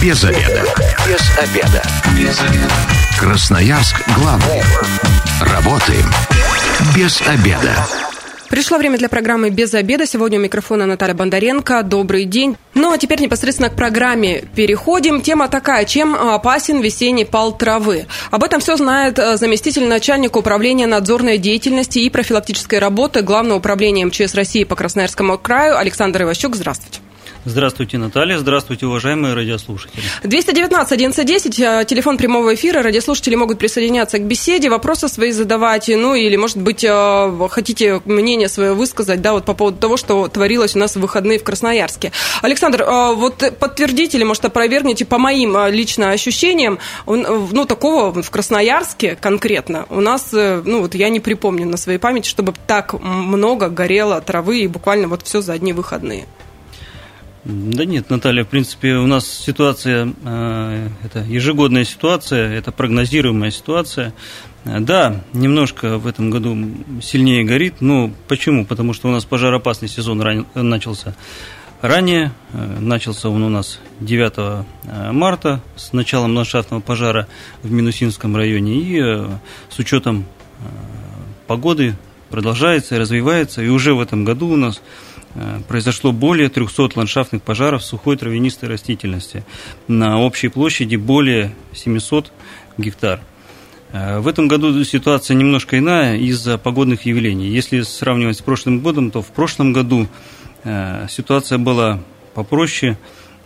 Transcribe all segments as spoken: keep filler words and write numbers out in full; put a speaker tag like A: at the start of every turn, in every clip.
A: Без обеда. Без обеда. Без обеда. Красноярск главный. Работаем без обеда.
B: Пришло время для программы «Без обеда». Сегодня у микрофона Наталья Бондаренко. Добрый день. Ну, а теперь непосредственно к программе переходим. Тема такая: чем опасен весенний пал травы? Об этом все знает заместитель начальника управления надзорной деятельности и профилактической работы Главного управления эм че эс России по Красноярскому краю Александр Иващук. Здравствуйте.
C: Здравствуйте, Наталья. Здравствуйте, уважаемые радиослушатели.
B: двести девятнадцать одиннадцать десять, телефон прямого эфира. Радиослушатели могут присоединяться к беседе, вопросы свои задавать, ну или, может быть, хотите мнение свое высказать, да, вот по поводу того, что творилось у нас в выходные в Красноярске. Александр, вот подтвердите или, может, опровергните, по моим лично ощущениям, ну, такого в Красноярске конкретно у нас, ну, вот я не припомню на своей памяти, чтобы так много горело травы и буквально вот все за одни выходные.
C: Да нет, Наталья, в принципе, у нас ситуация, это ежегодная ситуация, это прогнозируемая ситуация. Да, немножко в этом году сильнее горит, но почему? Потому что у нас пожароопасный сезон ран... начался ранее, начался он у нас девятого марта с началом ландшафтного пожара в Минусинском районе, и с учетом погоды продолжается и развивается, и уже в этом году у нас произошло более трехсот ландшафтных пожаров сухой травянистой растительности на общей площади более семисот гектар. В этом году ситуация немножко иная из-за погодных явлений. Если сравнивать с прошлым годом, то в прошлом году ситуация была попроще.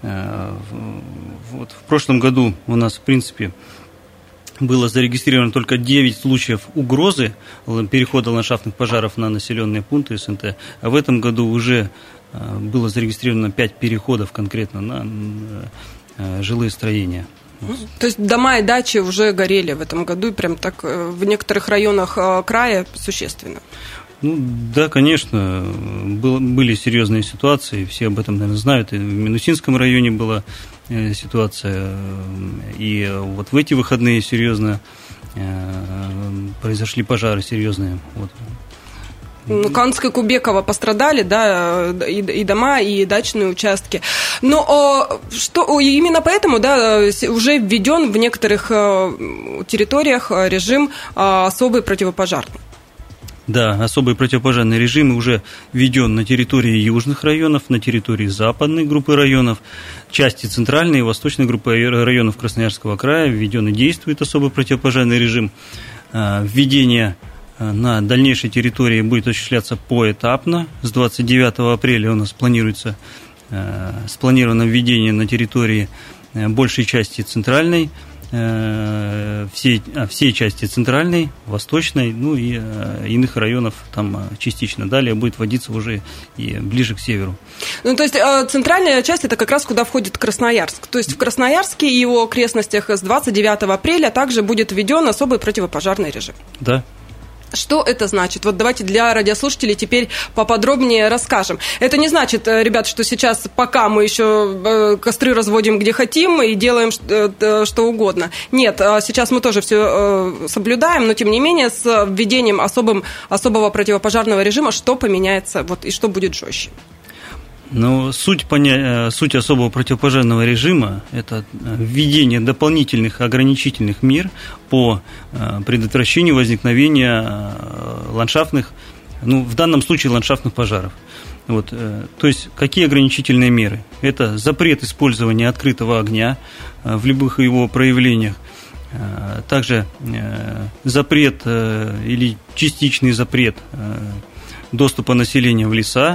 C: Вот в прошлом году у нас, в принципе, было зарегистрировано только девять случаев угрозы перехода ландшафтных пожаров на населенные пункты эс эн тэ, а в этом году уже было зарегистрировано пять переходов конкретно на жилые строения.
B: То есть дома и дачи уже горели в этом году, и прям так в некоторых районах края существенно?
C: Ну, да, конечно, был, были серьезные ситуации, все об этом, наверное, знают. И в Минусинском районе была э, ситуация, и вот в эти выходные серьезно э, произошли пожары серьезные. Вот.
B: Ну, Канское, Кубеково пострадали, да, и, и дома, и дачные участки. Но что, именно поэтому, да, уже введен в некоторых территориях режим особый противопожарный.
C: Да, особый противопожарный режим уже введен на территории южных районов, на территории западной группы районов, части центральной и восточной группы районов Красноярского края введен и действует особый противопожарный режим. Введение на дальнейшей территории будет осуществляться поэтапно. С двадцать девятого апреля у нас планируется, спланировано введение на территории большей части центральной, Всей, всей части центральной, восточной, ну и иных районов там частично. Далее будет вводиться уже и ближе к северу.
B: Ну, то есть центральная часть – это как раз куда входит Красноярск. То есть в Красноярске и его окрестностях с двадцать девятого апреля также будет введен особый противопожарный режим.
C: Да.
B: Что это значит? Вот давайте для радиослушателей теперь поподробнее расскажем. Это не значит, ребят, что сейчас, пока мы еще костры разводим где хотим и делаем что угодно. Нет, сейчас мы тоже все соблюдаем, но тем не менее с введением особым, особого противопожарного режима что поменяется вот, и что будет жестче?
C: Ну, суть, поня... суть особого противопожарного режима – это введение дополнительных ограничительных мер по предотвращению возникновения ландшафтных, ну, в данном случае ландшафтных пожаров. Вот, то есть, какие ограничительные меры? Это запрет использования открытого огня в любых его проявлениях, также запрет или частичный запрет доступа населения в леса,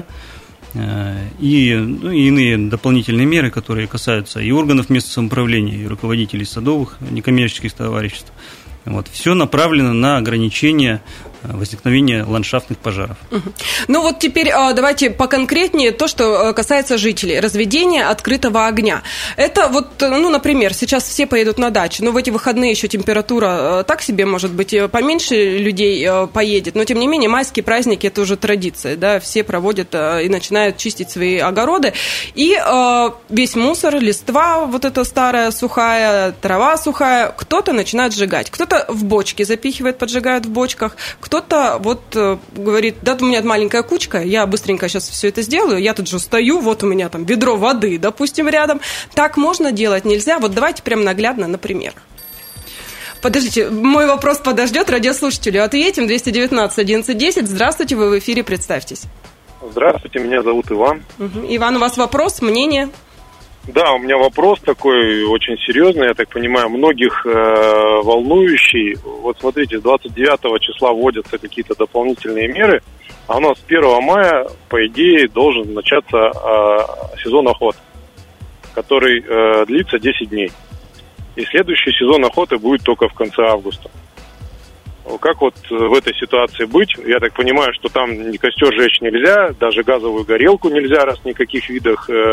C: и, ну, и иные дополнительные меры, которые касаются и органов местного самоуправления, и руководителей садовых некоммерческих товариществ. Вот, все направлено на ограничение возникновения ландшафтных пожаров. Угу.
B: Ну вот теперь давайте поконкретнее то, что касается жителей. Разведение открытого огня. Это вот, ну, например, сейчас все поедут на дачу, но в эти выходные еще температура так себе, может быть, поменьше людей поедет, но тем не менее майские праздники – это уже традиция, да, все проводят и начинают чистить свои огороды, и весь мусор, листва вот эта старая, сухая, трава сухая, кто-то начинает сжигать, кто-то в бочки запихивает, поджигает в бочках, кто кто-то вот говорит, да, у меня маленькая кучка, я быстренько сейчас все это сделаю, я тут же стою, вот у меня там ведро воды, допустим, рядом. Так можно делать, нельзя? Вот давайте прям наглядно на примерах. Подождите, мой вопрос подождет, радиослушателю ответим. двести девятнадцать одиннадцать десять. Здравствуйте, вы в эфире, представьтесь.
D: Здравствуйте, меня зовут Иван.
B: Угу. Иван, у вас вопрос, мнение?
D: Да, у меня вопрос такой очень серьезный, я так понимаю, многих э, волнующий. Вот смотрите, с двадцать девятого числа вводятся какие-то дополнительные меры, а у нас с первого мая, по идее, должен начаться э, сезон охоты, который э, длится десять дней. И следующий сезон охоты будет только в конце августа. Как вот в этой ситуации быть? Я так понимаю, что там костер жечь нельзя, даже газовую горелку нельзя, раз в никаких видах, э,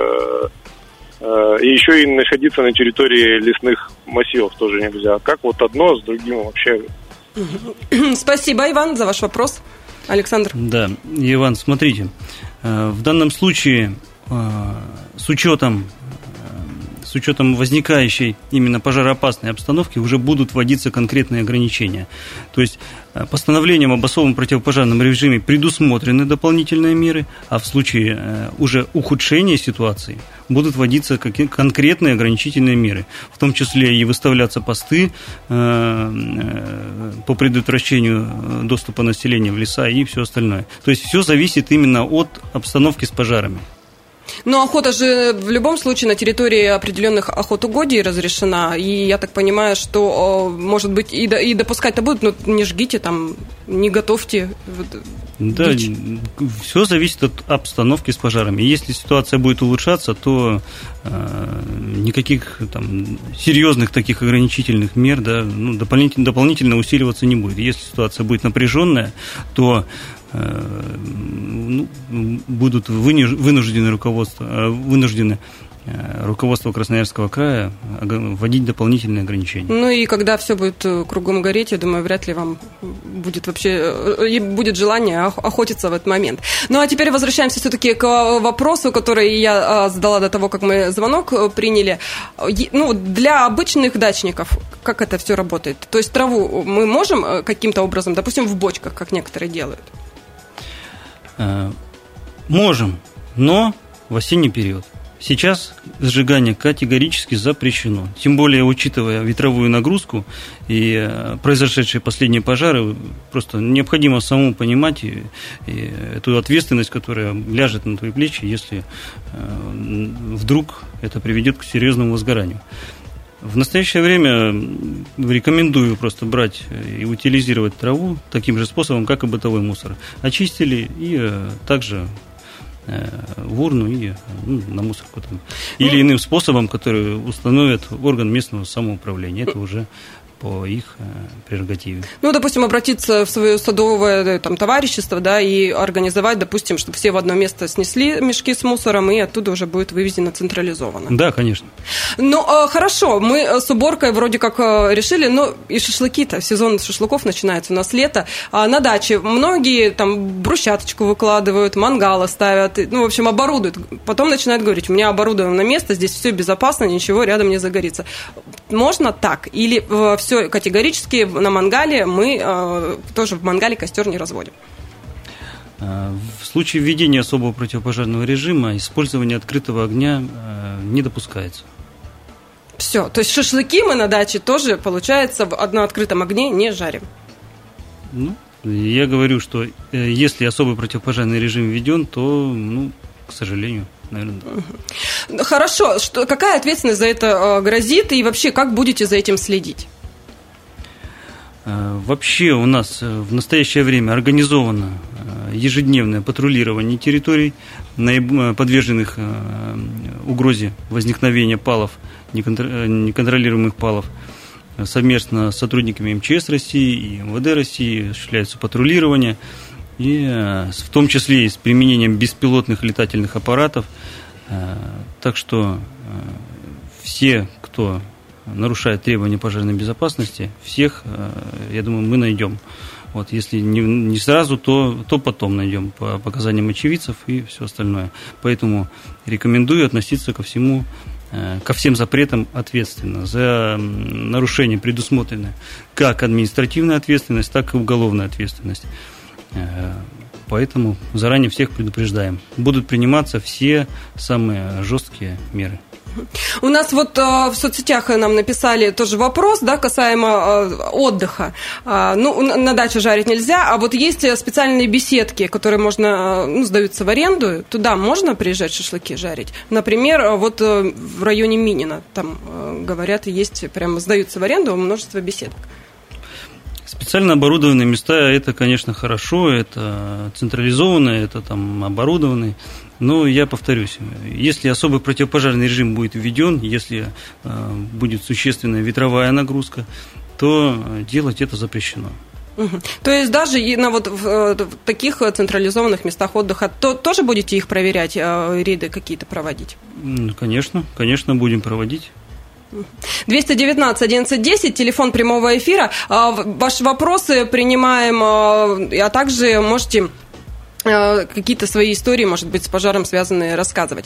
D: э, и еще и находиться на территории лесных массивов тоже нельзя. Как вот одно с другим вообще?
B: Спасибо, Иван, за ваш вопрос. Александр.
C: Да, Иван, смотрите, в данном случае с учетом с учетом возникающей именно пожароопасной обстановки уже будут вводиться конкретные ограничения. То есть постановлением об особом противопожарном режиме предусмотрены дополнительные меры, а в случае уже ухудшения ситуации будут вводиться конкретные ограничительные меры, в том числе и выставляться посты по предотвращению доступа населения в леса и все остальное. То есть все зависит именно от обстановки с пожарами.
B: Но охота же в любом случае на территории определенных охотугодий разрешена, и я так понимаю, что, может быть, и, и допускать-то будут, но не жгите там, не готовьте.
C: Да, дичь. Все зависит от обстановки с пожарами. Если ситуация будет улучшаться, то э, никаких там серьезных таких ограничительных мер, да, ну, дополнительно, дополнительно усиливаться не будет. Если ситуация будет напряженная, то ну, будут вынуждены руководство, вынуждены руководство Красноярского края вводить дополнительные ограничения.
B: Ну и когда все будет кругом гореть, я думаю, вряд ли вам будет вообще будет желание охотиться в этот момент. Ну а теперь возвращаемся все-таки к вопросу, который я задала до того, как мы звонок приняли. Ну, для обычных дачников как это все работает? То есть траву мы можем каким-то образом, допустим, в бочках, как некоторые делают?
C: Можем, но в осенний период. Сейчас сжигание категорически запрещено. Тем более, учитывая ветровую нагрузку и произошедшие последние пожары, просто необходимо самому понимать и, и эту ответственность, которая ляжет на твои плечи, если вдруг это приведет к серьезному возгоранию. В настоящее время рекомендую просто брать и утилизировать траву таким же способом, как и бытовой мусор. Очистили и также в урну и ну, на мусорку там. Или ну, иным способом, который установит орган местного самоуправления. Это уже по их э, прерогативе.
B: Ну, допустим, обратиться в свое садовое там, товарищество, да, и организовать, допустим, чтобы все в одно место снесли мешки с мусором, и оттуда уже будет вывезено централизованно.
C: Да, конечно.
B: Ну, э, хорошо, мы с уборкой вроде как э, решили, но и шашлыки-то, сезон шашлыков начинается у нас лето, а на даче многие там брусчаточку выкладывают, мангалы ставят, ну, в общем, оборудуют. Потом начинают говорить, у меня оборудовано место, здесь все безопасно, ничего рядом не загорится. Можно так? Или э, все Все категорически на мангале мы э, тоже в мангале костер не разводим.
C: В случае введения особого противопожарного режима использование открытого огня э, не допускается.
B: Все, то есть шашлыки мы на даче тоже, получается, в, на открытом огне не жарим.
C: Ну, я говорю, что э, если особый противопожарный режим введен, то, ну, к сожалению, наверное, да.
B: Хорошо, что, какая ответственность за это э, грозит и вообще как будете за этим следить?
C: Вообще у нас в настоящее время организовано ежедневное патрулирование территорий, подверженных угрозе возникновения палов, неконтролируемых палов. Совместно с сотрудниками эм че эс России и эм вэ дэ России осуществляется патрулирование, и в том числе и с применением беспилотных летательных аппаратов. Так что все, кто нарушает требования пожарной безопасности, всех, я думаю, мы найдем. Вот, если не, не сразу, то, то потом найдем по показаниям очевидцев и все остальное. Поэтому рекомендую относиться ко всему ко всем запретам ответственна. За нарушение предусмотрена как административная ответственность, так и уголовная ответственность. Поэтому заранее всех предупреждаем. Будут приниматься все самые жесткие меры.
B: У нас вот э, в соцсетях нам написали тоже вопрос, да, касаемо э, отдыха. Э, ну, на даче жарить нельзя, а вот есть специальные беседки, которые можно, ну, сдаются в аренду. Туда можно приезжать шашлыки жарить? Например, вот э, в районе Минина, там, э, говорят, есть прямо сдаются в аренду множество беседок.
C: Специально оборудованные места – это, конечно, хорошо, это централизованные, это там оборудованные. Но я повторюсь, если особый противопожарный режим будет введен, если э, будет существенная ветровая нагрузка, то делать это запрещено.
B: Угу. То есть даже и на вот в, в таких централизованных местах отдыха то, тоже будете их проверять, э, рейды какие-то проводить?
C: Конечно, конечно, будем проводить.
B: двести девятнадцать одиннадцать десять, телефон прямого эфира. Ваши вопросы принимаем, а также можете какие-то свои истории, может быть, с пожаром связанные, рассказывать.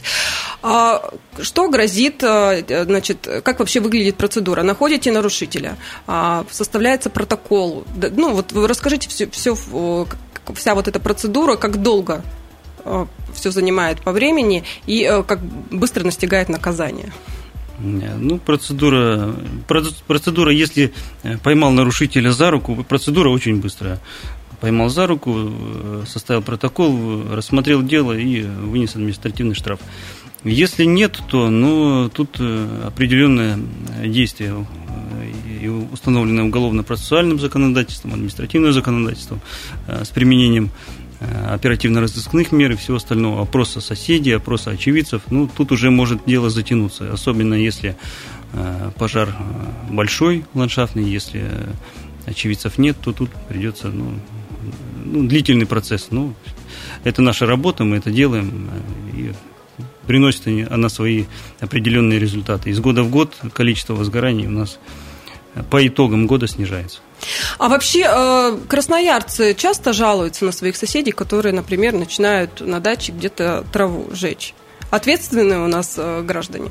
B: Что грозит, значит, как вообще выглядит процедура? Находите нарушителя, составляется протокол. Ну, вот вы расскажите все, все, вся вот эта процедура, как долго все занимает по времени и как быстро настигает наказание.
C: Ну, процедура, процедура, если поймал нарушителя за руку, процедура очень быстрая. Поймал за руку, составил протокол, рассмотрел дело и вынес административный штраф. Если нет, то ну, тут определенное действие, установленное уголовно-процессуальным законодательством, административным законодательством, с применением оперативно-розыскных мер и всего остального, опроса соседей, опроса очевидцев, ну, тут уже может дело затянуться, особенно если пожар большой, ландшафтный, если очевидцев нет, то тут придется, ну, ну, длительный процесс. Ну, это наша работа, мы это делаем, и приносит она свои определенные результаты. Из года в год количество возгораний у нас по итогам года снижается.
B: А вообще красноярцы часто жалуются на своих соседей, которые, например, начинают на даче где-то траву жечь? Ответственные у нас граждане?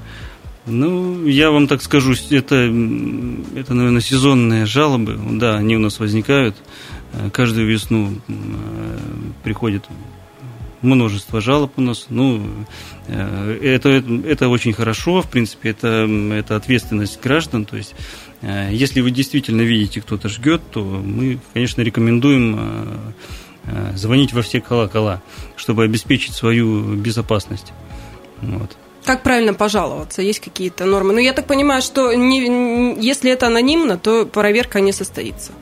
C: Ну, я вам так скажу, это, это, наверное, сезонные жалобы. Да, они у нас возникают. Каждую весну приходит множество жалоб у нас. Ну, это, это очень хорошо, в принципе, это, это ответственность граждан. То есть, если вы действительно видите, кто-то жгет, то мы, конечно, рекомендуем звонить во все колокола, чтобы обеспечить свою безопасность. Вот.
B: Как правильно пожаловаться? Есть какие-то нормы? Ну, я так понимаю, что не, если это анонимно, то проверка не состоится.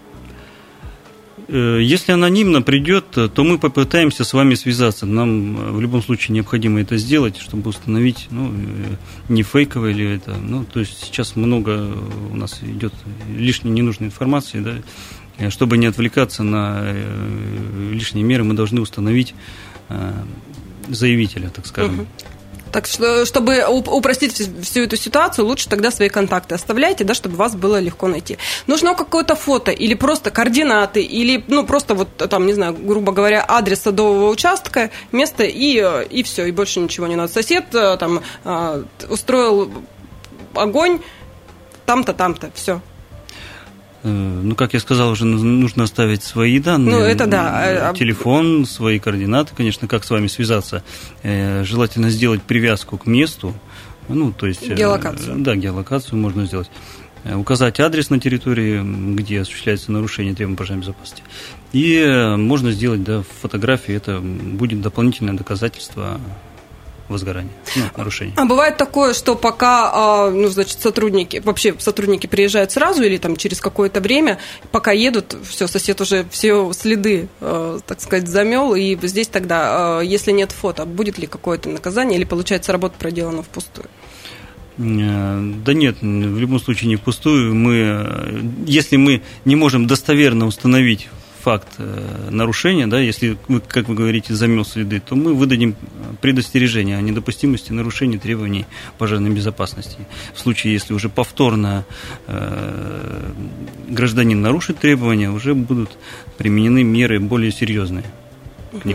C: Если анонимно придет, то мы попытаемся с вами связаться. Нам в любом случае необходимо это сделать, чтобы установить, ну, не фейковое ли это. Ну, то есть сейчас много у нас идет лишней ненужной информации, да. Чтобы не отвлекаться на лишние меры, мы должны установить заявителя, так скажем. Угу.
B: Так что, чтобы упростить всю эту ситуацию, лучше тогда свои контакты оставляйте, да, чтобы вас было легко найти. Нужно какое-то фото или просто координаты, или, ну, просто вот там, не знаю, грубо говоря, адрес садового участка, место, и, и все, и больше ничего не надо. Сосед там устроил огонь там-то, там-то, все.
C: Ну, как я сказал, уже нужно оставить свои данные.
B: Ну, это да.
C: Телефон, свои координаты, конечно, как с вами связаться. Желательно сделать привязку к месту. Ну, то есть...
B: Геолокацию.
C: Да, геолокацию можно сделать. Указать адрес на территории, где осуществляется нарушение требований пожарной безопасности. И можно сделать, да, фотографии. Это будет дополнительное доказательство возгорания, ну, нарушений.
B: А бывает такое, что пока, ну, значит, сотрудники, вообще сотрудники приезжают сразу или там через какое-то время, пока едут, все, сосед уже все следы, так сказать, замел, и здесь тогда, если нет фото, будет ли какое-то наказание или, получается, работа проделана впустую?
C: Да нет, в любом случае не впустую. Мы, если мы не можем достоверно установить факт нарушения, да, если вы, как вы говорите, замел следы, то мы выдадим предостережение о недопустимости нарушения требований пожарной безопасности. В случае, если уже повторно э, гражданин нарушит требования, уже будут применены меры более серьезные к нему.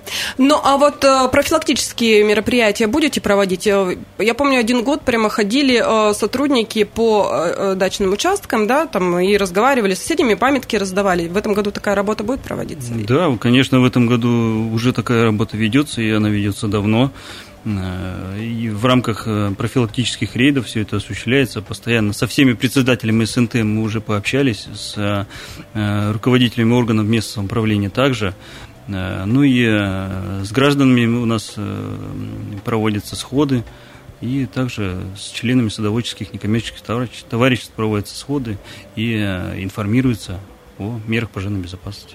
B: Ну, а вот профилактические мероприятия будете проводить? Я помню, один год прямо ходили сотрудники по дачным участкам, да, там и разговаривали с соседями, памятки раздавали. В этом году такая работа будет проводиться?
C: Да, конечно, в этом году уже такая работа ведется, и она ведется давно. И в рамках профилактических рейдов все это осуществляется постоянно. Со всеми председателями эс эн тэ мы уже пообщались, с руководителями органов местного самоуправления также. Ну и с гражданами у нас проводятся сходы, и также с членами садоводческих некоммерческих товариществ проводятся сходы и информируются о мерах пожарной безопасности.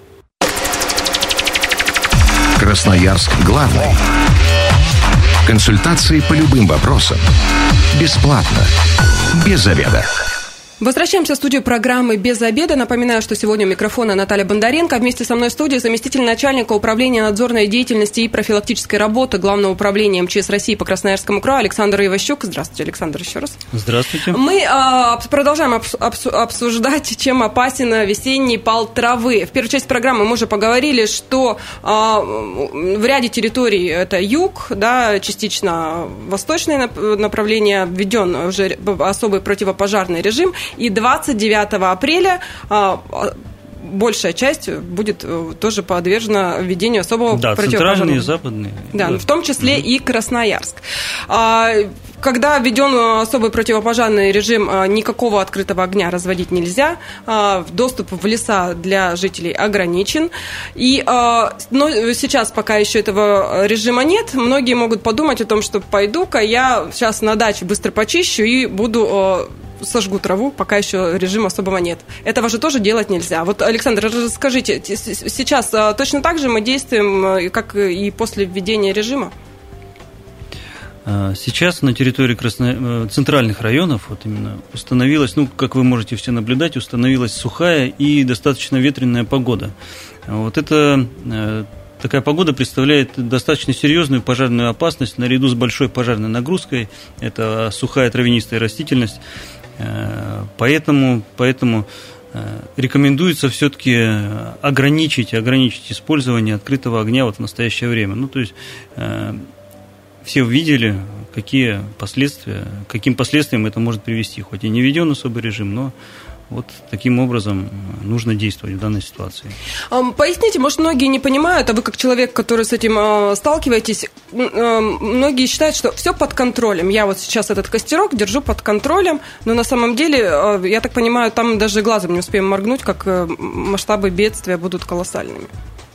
A: Красноярск главный. Консультации по любым вопросам. Бесплатно. Без заведа.
B: Возвращаемся в студию программы «Без обеда». Напоминаю, что сегодня у микрофона Наталья Бондаренко. Вместе со мной в студии заместитель начальника управления надзорной деятельности и профилактической работы Главного управления эм че эс России по Красноярскому краю Александр Иващук. Здравствуйте, Александр, еще раз.
C: Здравствуйте.
B: Мы а, продолжаем обс- обс- обсуждать, чем опасен весенний пал травы. В первой части программы мы уже поговорили, что а, в ряде территорий, это юг, да, частично восточное направление, введен уже особый противопожарный режим. И двадцать девятого апреля а, большая часть будет тоже подвержена введению особого
C: да,
B: противопожарного.
C: Центральные, западные.
B: Да,
C: да,
B: в том числе
C: угу.
B: и Красноярск. А, когда введен особый противопожарный режим, никакого открытого огня разводить нельзя, доступ в леса для жителей ограничен. И, но сейчас, пока еще этого режима нет, многие могут подумать о том, что пойду-ка я сейчас на даче быстро почищу и буду... сожгу траву, пока еще режима особого нет. Этого же тоже делать нельзя. Вот, Александр, расскажите, сейчас точно так же мы действуем, как и после введения режима?
C: Сейчас на территории красно... центральных районов вот именно установилась, ну, как вы можете все наблюдать, установилась сухая и достаточно ветреная погода. Вот это... Такая погода представляет достаточно серьезную пожарную опасность наряду с большой пожарной нагрузкой. Это сухая травянистая растительность. Поэтому, поэтому рекомендуется все-таки ограничить, ограничить использование открытого огня вот в настоящее время. Ну, то есть все увидели, какие последствия, каким последствиям это может привести. Хоть и не введен особый режим, но вот таким образом нужно действовать в данной ситуации.
B: Поясните, может, многие не понимают, а вы как человек, который с этим сталкиваетесь, многие считают, что все под контролем. Я вот сейчас этот костерок держу под контролем, но на самом деле, я так понимаю, там даже глазом не успеем моргнуть, как масштабы бедствия будут колоссальными.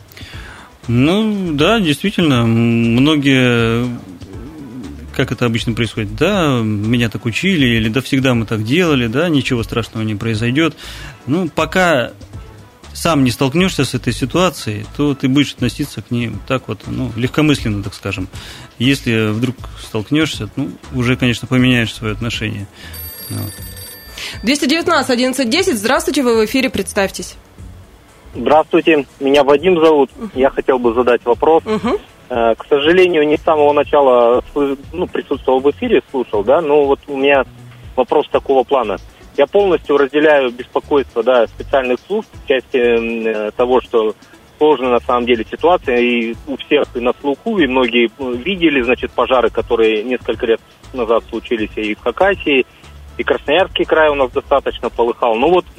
C: Ну, да, действительно, многие... Как это обычно происходит? Да, меня так учили, или да, всегда мы так делали, да, ничего страшного не произойдет. Ну, пока сам не столкнешься с этой ситуацией, то ты будешь относиться к ней так вот, ну, легкомысленно, так скажем. Если вдруг столкнешься, ну, уже, конечно, поменяешь свое отношение. Вот.
B: двести девятнадцать одиннадцать десять, здравствуйте, вы в эфире, представьтесь.
E: Здравствуйте, меня Вадим зовут, uh-huh. я хотел бы задать вопрос. Uh-huh. К сожалению, не с самого начала ну, присутствовал в эфире, слушал, да, но вот у меня вопрос такого плана. Я полностью разделяю беспокойство, да, специальных служб в части того, что сложная на самом деле ситуация, и у всех и на слуху, и многие видели, значит, пожары, которые несколько лет назад случились и в Хакасии, и Красноярский край у нас достаточно полыхал. Ну вот...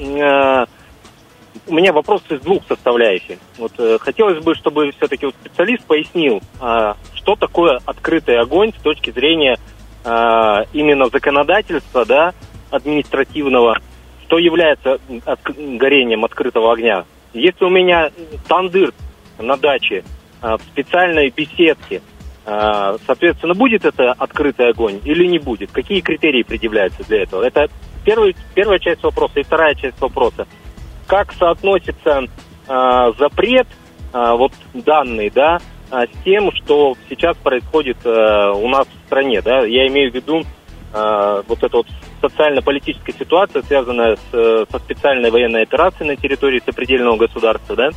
E: У меня вопрос из двух составляющих. Вот, э, хотелось бы, чтобы все-таки вот специалист пояснил, э, что такое открытый огонь с точки зрения э, именно законодательства, да, административного, что является от, горением открытого огня. Если у меня тандыр на даче э, в специальной беседке, э, соответственно, будет это открытый огонь или не будет? Какие критерии предъявляются для этого? Это первый, первая часть вопроса. И вторая часть вопроса. Как соотносится э, запрет, э, вот данный, да, э, с тем, что сейчас происходит э, у нас в стране, да? Я имею в виду э, вот эта вот социально-политическая ситуация, связанная с, со специальной военной операцией на территории сопредельного государства, да?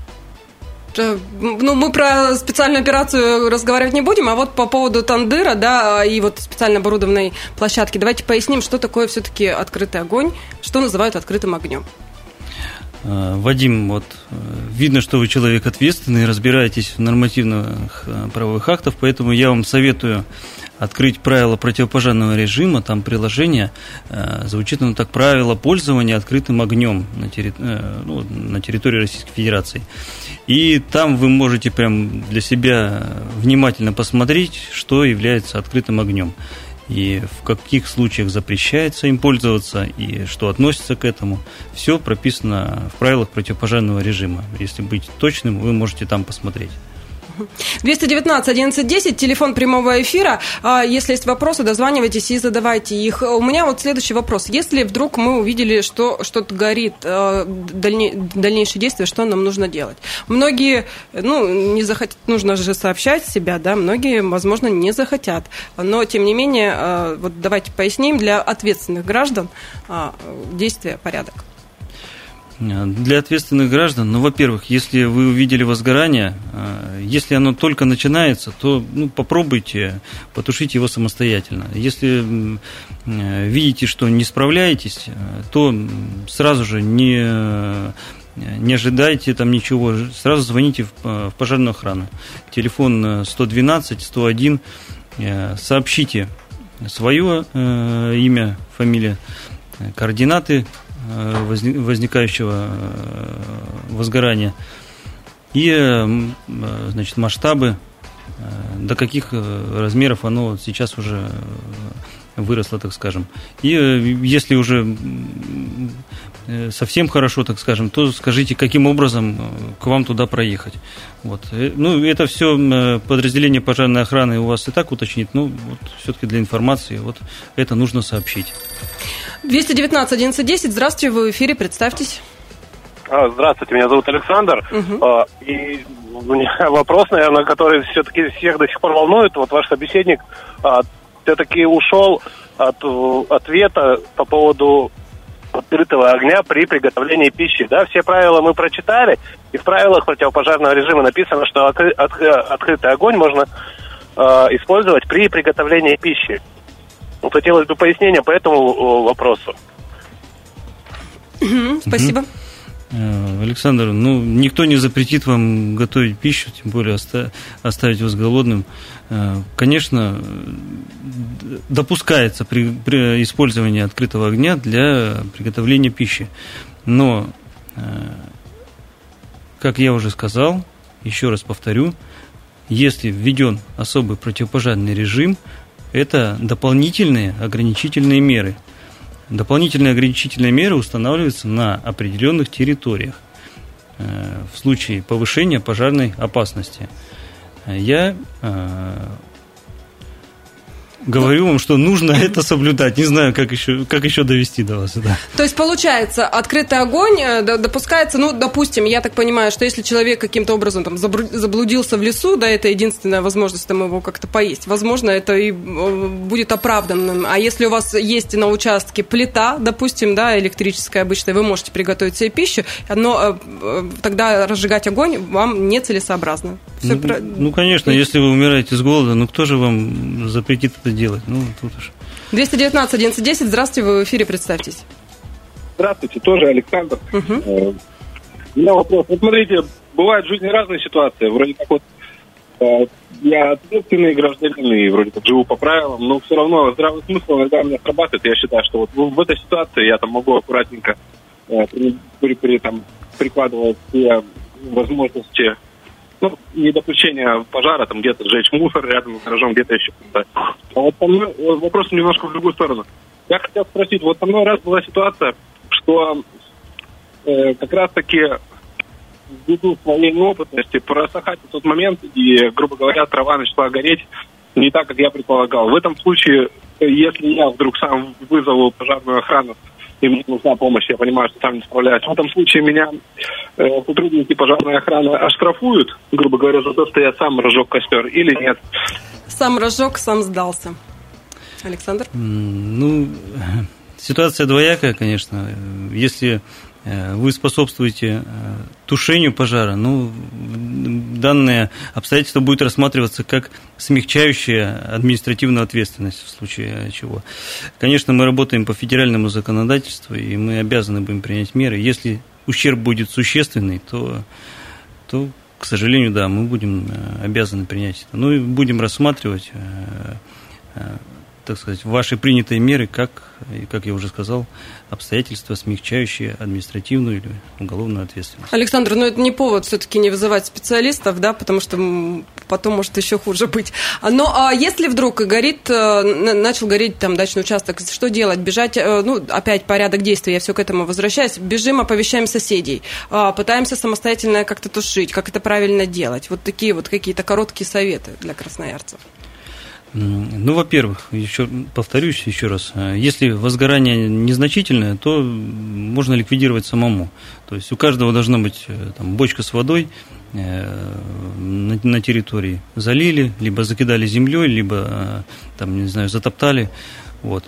B: Ну, мы про специальную операцию разговаривать не будем, а вот по поводу тандыра, да, и вот специально оборудованной площадки, давайте поясним, что такое все-таки открытый огонь, что называют открытым огнем.
C: Вадим, вот видно, что вы человек ответственный, разбираетесь в нормативных правовых актах, поэтому я вам советую открыть правила противопожарного режима, там приложение, звучит оно так: правила пользования открытым огнем на, терри... ну, на территории Российской Федерации. И там вы можете прям для себя внимательно посмотреть, что является открытым огнем. И в каких случаях запрещается им пользоваться, и что относится к этому. Все прописано в правилах противопожарного режима. Если быть точным, вы можете там посмотреть.
B: двести девятнадцать одиннадцать десять, телефон прямого эфира. Если есть вопросы, дозванивайтесь и задавайте их. У меня вот следующий вопрос. Если вдруг мы увидели, что что-то горит, дальне, дальнейшие действия, что нам нужно делать? Многие, ну, не захотят, нужно же сообщать себя, да, многие, возможно, не захотят. Но, тем не менее, вот давайте поясним для ответственных граждан действия, порядок.
C: Для ответственных граждан, ну, во-первых, если вы увидели возгорание, если оно только начинается, то ну, попробуйте потушить его самостоятельно. Если видите, что не справляетесь, то сразу же не, не ожидайте там ничего, сразу звоните в пожарную охрану. Телефон сто двенадцать сто один, сообщите свое имя, фамилия, координаты возникающего возгорания и, значит, масштабы, до каких размеров оно сейчас уже выросло, так скажем. И если уже совсем хорошо, так скажем, то скажите, каким образом к вам туда проехать. Вот. Ну, это все подразделение пожарной охраны у вас и так уточнит, но вот все-таки для информации вот это нужно сообщить.
B: двести девятнадцать одиннадцать десять, здравствуйте, вы в эфире, представьтесь.
D: Здравствуйте, меня зовут Александр. Угу. И у меня вопрос, наверное, который все-таки всех до сих пор волнует. Вот ваш собеседник все-таки ушел от ответа по поводу открытого огня при приготовлении пищи. Да, все правила мы прочитали, и в правилах противопожарного режима написано, что откры- откры- открытый огонь можно э, использовать при приготовлении пищи. Вот хотелось бы пояснения по этому вопросу.
B: Спасибо.
C: Александр, ну, никто не запретит вам готовить пищу, тем более оста- оставить вас голодным. Конечно, допускается при, при использовании открытого огня для приготовления пищи. Но, как я уже сказал, еще раз повторю, если введен особый противопожарный режим, это дополнительные ограничительные меры. Дополнительные ограничительные меры устанавливаются на определенных территориях в случае повышения пожарной опасности. Я говорю вам, что нужно это соблюдать. Не знаю, как еще, как еще довести до вас. Да.
B: То есть, получается, открытый огонь допускается, ну, допустим, я так понимаю, что если человек каким-то образом там заблудился в лесу, да, это единственная возможность там его как-то поесть. Возможно, это и будет оправданным. А если у вас есть на участке плита, допустим, да, электрическая обычная, вы можете приготовить себе пищу, но тогда разжигать огонь вам нецелесообразно. Все
C: ну,
B: про...
C: ну, конечно, и... если вы умираете с голода, ну, кто же вам запретит это делать? Ну, тут уж...
B: двести девятнадцать одиннадцать десять, здравствуйте, вы в эфире, представьтесь.
F: Здравствуйте, тоже Александр. Угу. У меня вопрос. Вот смотрите, бывают в жизни разные ситуации. Вроде как вот я ответственный гражданин и вроде как живу по правилам, но все равно здравый смысл иногда у меня срабатывает. Я считаю, что вот в этой ситуации я там могу аккуратненько при, при, при, там, прикладывать все возможности, ну, недопущения пожара, там где-то сжечь мусор рядом с гаражом, где-то еще. А вот со мной вопрос немножко в другую сторону. Я хотел спросить, вот со мной раз была ситуация, что э, как раз-таки ввиду своей неопытности просохать в тот момент, и, грубо говоря, трава начала гореть не так, как я предполагал. В этом случае, если я вдруг сам вызову пожарную охрану, и мне нужна помощь, я понимаю, что сам не справляюсь. В этом случае меня э, сотрудники пожарной охраны оштрафуют, грубо говоря, за то, что я сам разжег костер, или нет?
B: Сам разжег, сам сдался. Александр?
C: Ну, ситуация двоякая, конечно. Если вы способствуете тушению пожара, ну, данное обстоятельство будет рассматриваться как смягчающая административную ответственность в случае чего. Конечно, мы работаем по федеральному законодательству, и мы обязаны будем принять меры. Если ущерб будет существенный, то, то, к сожалению, да, мы будем обязаны принять это. Ну и будем рассматривать, так сказать, ваши принятые меры, как, как я уже сказал, обстоятельства, смягчающие административную или уголовную ответственность.
B: Александр, ну это не повод все-таки не вызывать специалистов, да, потому что потом может еще хуже быть. Но а если вдруг горит, начал гореть там дачный участок, что делать? Бежать, ну, опять порядок действий, я все к этому возвращаюсь. Бежим, оповещаем соседей, пытаемся самостоятельно как-то тушить, как это правильно делать. Вот такие вот какие-то короткие советы для красноярцев.
C: Ну, во-первых, еще повторюсь еще раз, если возгорание незначительное, то можно ликвидировать самому. То есть у каждого должна быть там бочка с водой на, на территории. Залили, либо закидали землей, либо там, не знаю, затоптали. Вот.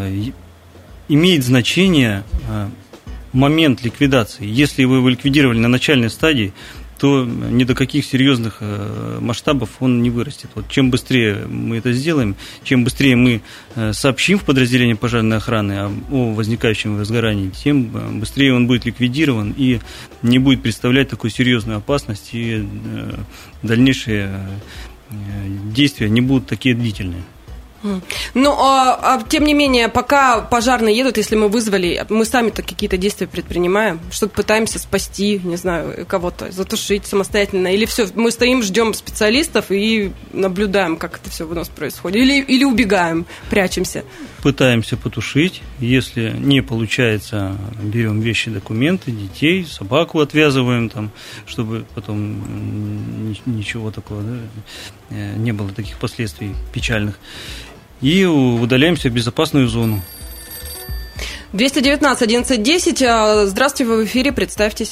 C: Имеет значение момент ликвидации. Если вы его ликвидировали на начальной стадии, то ни до каких серьезных масштабов он не вырастет. Вот чем быстрее мы это сделаем, чем быстрее мы сообщим в подразделение пожарной охраны о возникающем возгорании, тем быстрее он будет ликвидирован и не будет представлять такую серьезную опасность, и дальнейшие действия не будут такие длительные.
B: Ну, а, а тем не менее, пока пожарные едут, если мы вызвали, мы сами-то какие-то действия предпринимаем, что-то пытаемся спасти, не знаю, кого-то, затушить самостоятельно, или все, мы стоим, ждем специалистов и наблюдаем, как это все у нас происходит, или, или убегаем, прячемся.
C: Пытаемся потушить, если не получается, берем вещи, документы, детей, собаку отвязываем, там, чтобы потом ничего такого, да, не было таких последствий печальных. И удаляемся в безопасную зону.
B: двести девятнадцать одиннадцать десять. Здравствуйте, вы в эфире, представьтесь.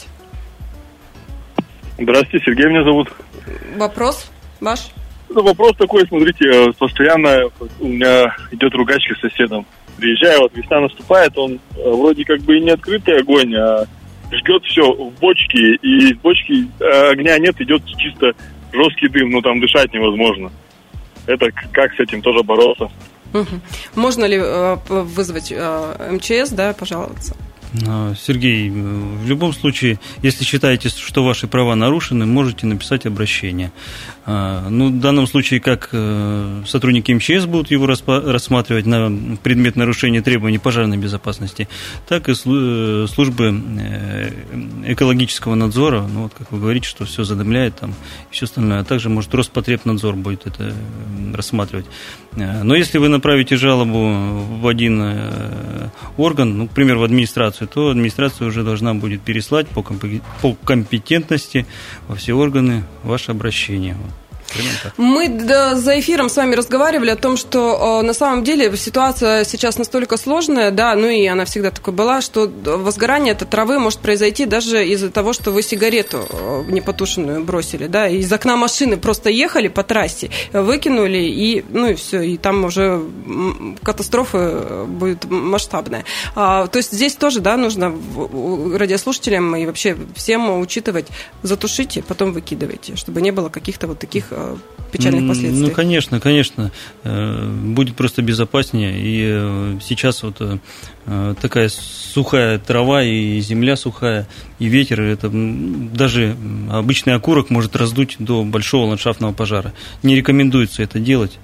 G: Здравствуйте, Сергей меня зовут.
B: Вопрос ваш?
G: Ну, вопрос такой, смотрите, постоянно у меня идет ругачка с соседом. Приезжаю, вот весна наступает, он вроде как бы и не открытый огонь, а жгет все в бочке, и из бочки огня нет, идет чисто жесткий дым, ну там дышать невозможно. Это как с этим тоже бороться?
B: Угу. Можно ли э, вызвать э, эм че эс, да, пожаловаться?
C: Сергей, в любом случае, если считаете, что ваши права нарушены, можете написать обращение. Ну, в данном случае, как сотрудники эм че эс будут его рассматривать на предмет нарушения требований пожарной безопасности, так и службы экологического надзора, ну, вот как вы говорите, что все задымляет там и все остальное, а также, может, Роспотребнадзор будет это рассматривать. Но если вы направите жалобу в один орган, ну, к примеру, в администрацию, то администрация уже должна будет переслать по компетентности во все органы ваше обращение.
B: Мы да, за эфиром с вами разговаривали о том, что э, на самом деле ситуация сейчас настолько сложная, да, ну и она всегда такой была, что возгорание этой травы может произойти даже из-за того, что вы сигарету э, непотушенную бросили, да, из окна машины просто ехали по трассе, выкинули, и, ну и все, и там уже катастрофа будет масштабная. А, то есть здесь тоже, да, нужно радиослушателям и вообще всем учитывать, затушите, потом выкидывайте, чтобы не было каких-то вот таких печальных последствий.
C: Ну, конечно, конечно, будет просто безопаснее. И сейчас вот такая сухая трава и земля сухая, и ветер, это даже обычный окурок может раздуть до большого ландшафтного пожара. Не рекомендуется это делать.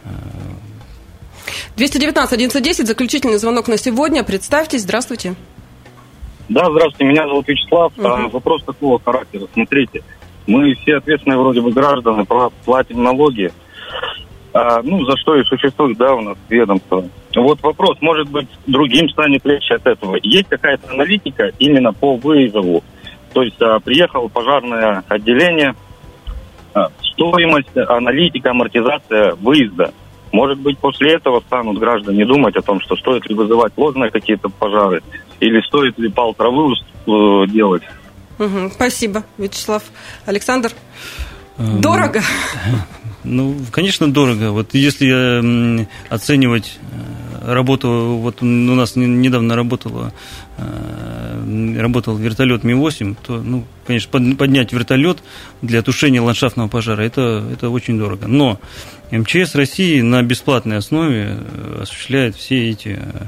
B: двести девятнадцать одиннадцать десять, заключительный звонок на сегодня. Представьтесь, здравствуйте.
H: Да, здравствуйте, меня зовут Вячеслав. Uh-huh. Вопрос такого характера. Смотрите, мы все ответственные вроде бы граждане, платим налоги, а, ну, за что и существует, да, у нас ведомство. Вот вопрос, может быть, другим станет легче от этого. Есть какая-то аналитика именно по вызову? То есть а, приехало пожарное отделение, а, стоимость, аналитика, амортизация выезда. Может быть, после этого станут граждане думать о том, что стоит ли вызывать ложные какие-то пожары, или стоит ли пал травы э, делать.
B: Угу, спасибо, Вячеслав. Александр, дорого?
C: Ну, конечно, дорого. Вот если оценивать работу, вот у нас недавно работала, работал вертолет Ми восемь, то, ну, конечно, поднять вертолет для тушения ландшафтного пожара, это, это очень дорого. Но эм че эс России на бесплатной основе осуществляет все эти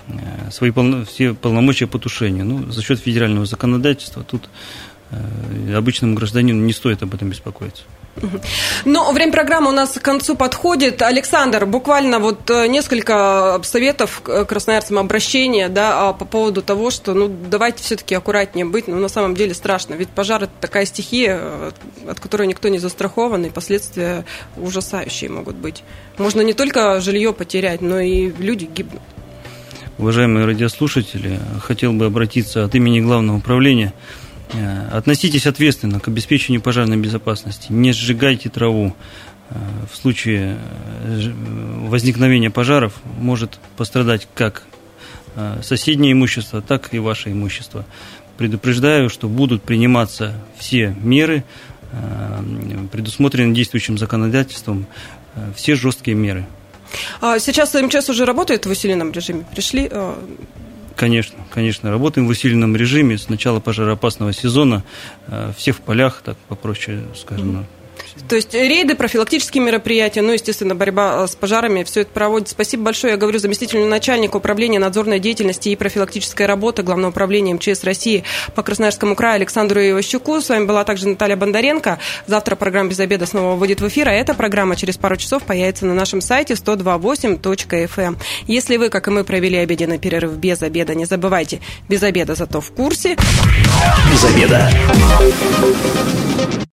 C: свои полно, все полномочия по тушению. Ну, за счет федерального законодательства тут обычному гражданину не стоит об этом беспокоиться.
B: Но время программы у нас к концу подходит. Александр, буквально вот несколько советов красноярцам, обращения, да, по поводу того, что ну, давайте все-таки аккуратнее быть, но на самом деле страшно. Ведь пожар – это такая стихия, от которой никто не застрахован, и последствия ужасающие могут быть. Можно не только жилье потерять, но и люди гибнут.
C: Уважаемые радиослушатели, хотел бы обратиться от имени Главного управления. Относитесь ответственно к обеспечению пожарной безопасности. Не сжигайте траву. В случае возникновения пожаров может пострадать как соседнее имущество, так и ваше имущество. Предупреждаю, что будут приниматься все меры, предусмотренные действующим законодательством, все жесткие меры.
B: Сейчас МЧС уже работает в усиленном режиме? Пришли?
C: Конечно, конечно, работаем в усиленном режиме с начала пожароопасного сезона, все в полях, так попроще скажем.
B: То есть рейды, профилактические мероприятия, ну, естественно, борьба с пожарами, все это проводится. Спасибо большое. Я говорю заместителю начальника управления надзорной деятельности и профилактической работы Главного управления МЧС России по Красноярскому краю Александру Иващуку. С вами была также Наталья Бондаренко. Завтра программа «Без обеда» снова выйдет в эфир, а эта программа через пару часов появится на нашем сайте сто два восемь точка эф эм. Если вы, как и мы, провели обеденный перерыв без обеда, не забывайте, без обеда зато в курсе.
A: Без обеда.